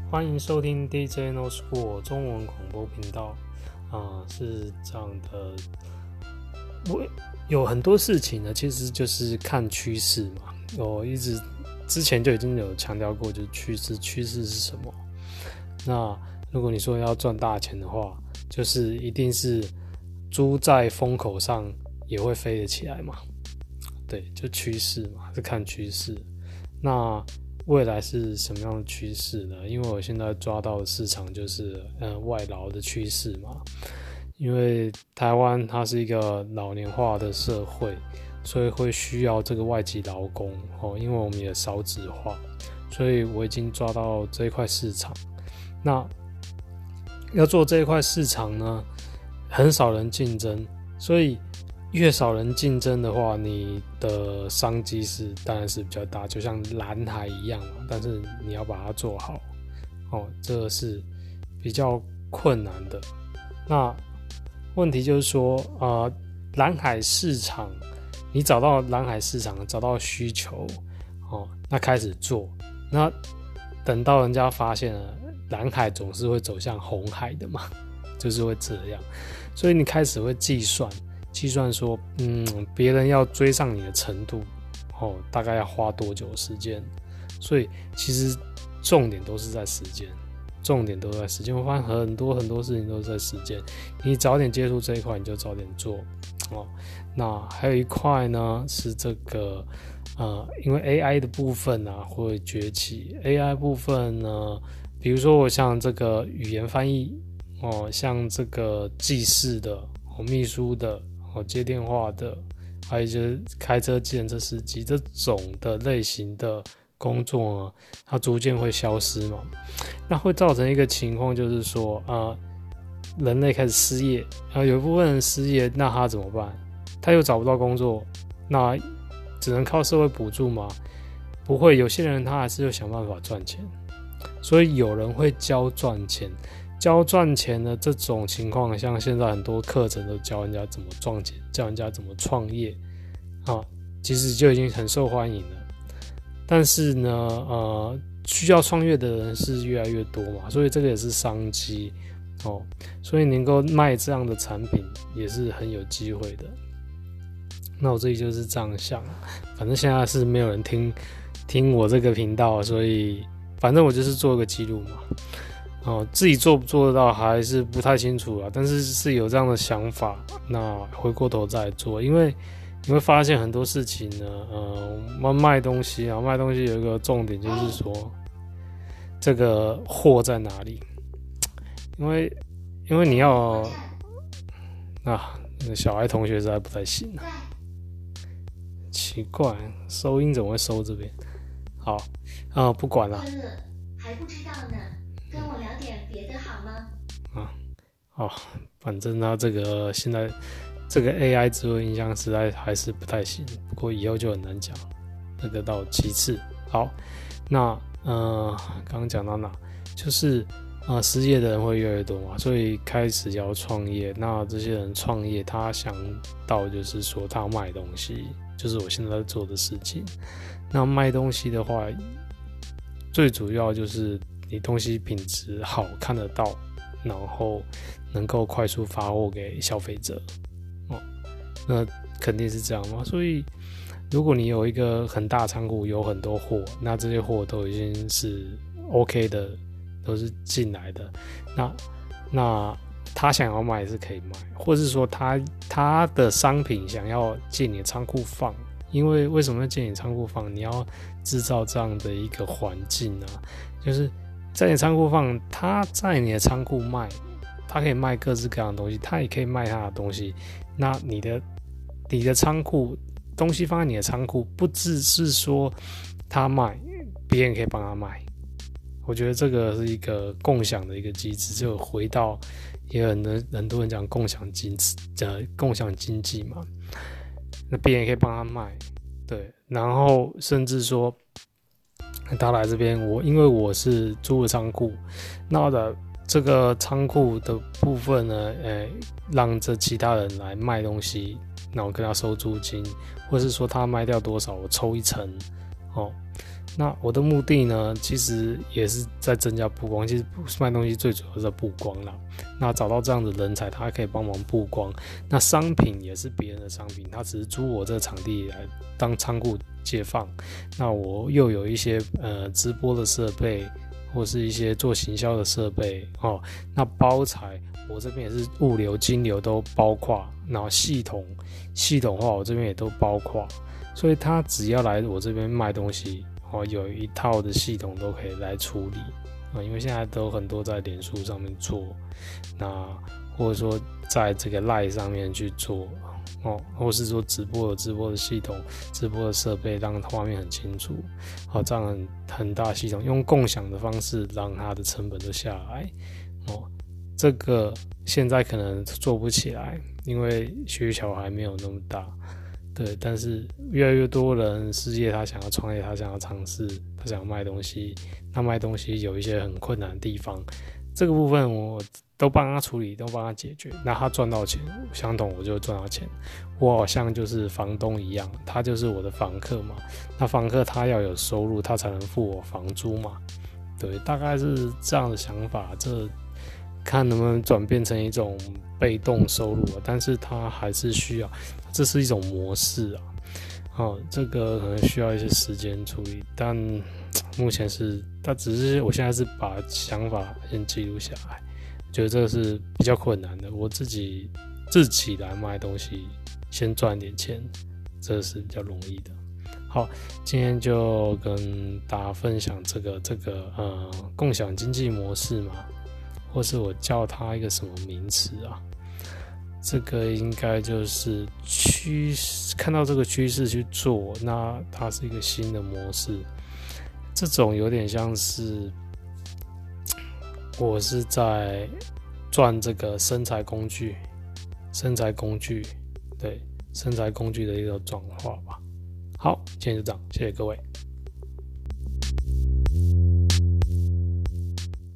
欢迎收听 DJ No School 中文广播频道。是这样的，有很多事情呢，其实就是看趋势嘛。我一直之前就已经有强调过，就是趋势是什么？那如果你说要赚大钱的话，就是一定是猪在风口上也会飞得起来嘛。对，就趋势嘛，是看趋势。那未来是什么样的趋势呢？因为我现在抓到的市场就是外劳的趋势嘛。因为台湾它是一个老年化的社会，所以会需要这个外籍劳工因为我们也少子化，所以我已经抓到这一块市场。那要做这一块市场呢，很少人竞争，所以越少人竞争的话，你的商机当然是比较大，就像蓝海一样嘛。但是你要把它做好，这个是比较困难的。那问题就是说，蓝海市场，你找到蓝海市场，找到需求，那开始做，那等到人家发现了，蓝海总是会走向红海的嘛，就是会这样，所以你开始会计算说，别人要追上你的程度，大概要花多久的时间？所以其实重点都是在时间。我发现很多事情都是在时间。你早点接触这一块，你就早点做。那还有一块呢，是这个因为 AI 的部分会崛起。AI 部分呢，比如说我像这个语言翻译像这个记事的秘书的接电话的，还有就是开车计程车司机这种的类型的工作呢，它逐渐会消失嘛。那会造成一个情况，就是说人类开始失业，有一部分人失业，那他怎么办？他又找不到工作，那只能靠社会补助吗？不会，有些人他还是要想办法赚钱，所以有人会教赚钱的这种情况，像现在很多课程都教人家怎么赚钱，教人家怎么创业其实就已经很受欢迎了。但是呢，需要创业的人是越来越多嘛，所以这个也是商机所以能够卖这样的产品也是很有机会的。那我自己就是这样想，反正现在是没有人听我这个频道，所以反正我就是做一个记录嘛。自己做不做得到还是不太清楚但是有这样的想法，那回过头再做。因为你会发现很多事情呢，卖东西有一个重点就是说，这个货在哪里？因为你要那个小爱同学实在不太行奇怪，收音怎么会收这边？好不管了。 还不知道呢，跟我聊点别的好吗？ 反正他这个现在这个 AI 智慧音箱实在还是不太行，不过以后就很难讲，这个到其次。好，那刚刚讲到哪？就是失业的人会越来越多嘛，所以开始要创业。那这些人创业，他想到就是说他要卖东西，就是我现在在做的事情。那卖东西的话，最主要就是你东西品质好，看得到，然后能够快速发货给消费者那肯定是这样嘛。所以如果你有一个很大仓库，有很多货，那这些货都已经是 OK 的，都是进来的，那他想要卖也是可以卖，或是说他的商品想要进你的仓库放，因为为什么要进你仓库放？你要制造这样的一个环境就是在你仓库放，他在你的仓库卖，他可以卖各式各样的东西，他也可以卖他的东西。那你的仓库东西放在你的仓库，不只是说他卖，别人可以帮他卖。我觉得这个是一个共享的一个机制，就回到也有很多人讲共享经济嘛。那别人也可以帮他卖，对，然后甚至说他来这边，因为我是租的仓库，那我的这个仓库的部分呢，让这其他人来卖东西，那我跟他收租金，或是说他卖掉多少，我抽一成那我的目的呢，其实也是在增加曝光。其实卖东西最主要是在曝光啦。那找到这样的人才，他可以帮忙曝光。那商品也是别人的商品，他只是租我这个场地来当仓库借放。那我又有一些直播的设备，或是一些做行销的设备哦。那包材我这边也是物流、金流都包括，然后系统化我这边也都包括。所以他只要来我这边卖东西。有一套的系统都可以来处理因为现在都很多在脸书上面做，那或者说在这个 LINE 上面去做或是说直播的系统、直播的设备，让画面很清楚，这样很大系统，用共享的方式让它的成本都下来这个现在可能做不起来，因为需求还没有那么大。对，但是越来越多人事业，他想要创业，他想要尝试，他想要卖东西。那卖东西有一些很困难的地方，这个部分我都帮他处理，都帮他解决。那他赚到钱，相同我就赚到钱。我好像就是房东一样，他就是我的房客嘛。那房客他要有收入，他才能付我房租嘛。对，大概是这样的想法。这看能不能转变成一种被动收入但是它还是需要，这是一种模式这个可能需要一些时间处理，但目前是，它只是我现在是把想法先记录下来，觉得这个是比较困难的，我自己来卖东西，先赚点钱，这是比较容易的。好，今天就跟大家分享这个共享经济模式嘛。或是我叫它一个什么名词这个应该就是看到这个趋势去做，那它是一个新的模式。这种有点像是我是在赚这个生财工具，对，生财工具的一个转化吧。好，今天就这样，谢谢各位。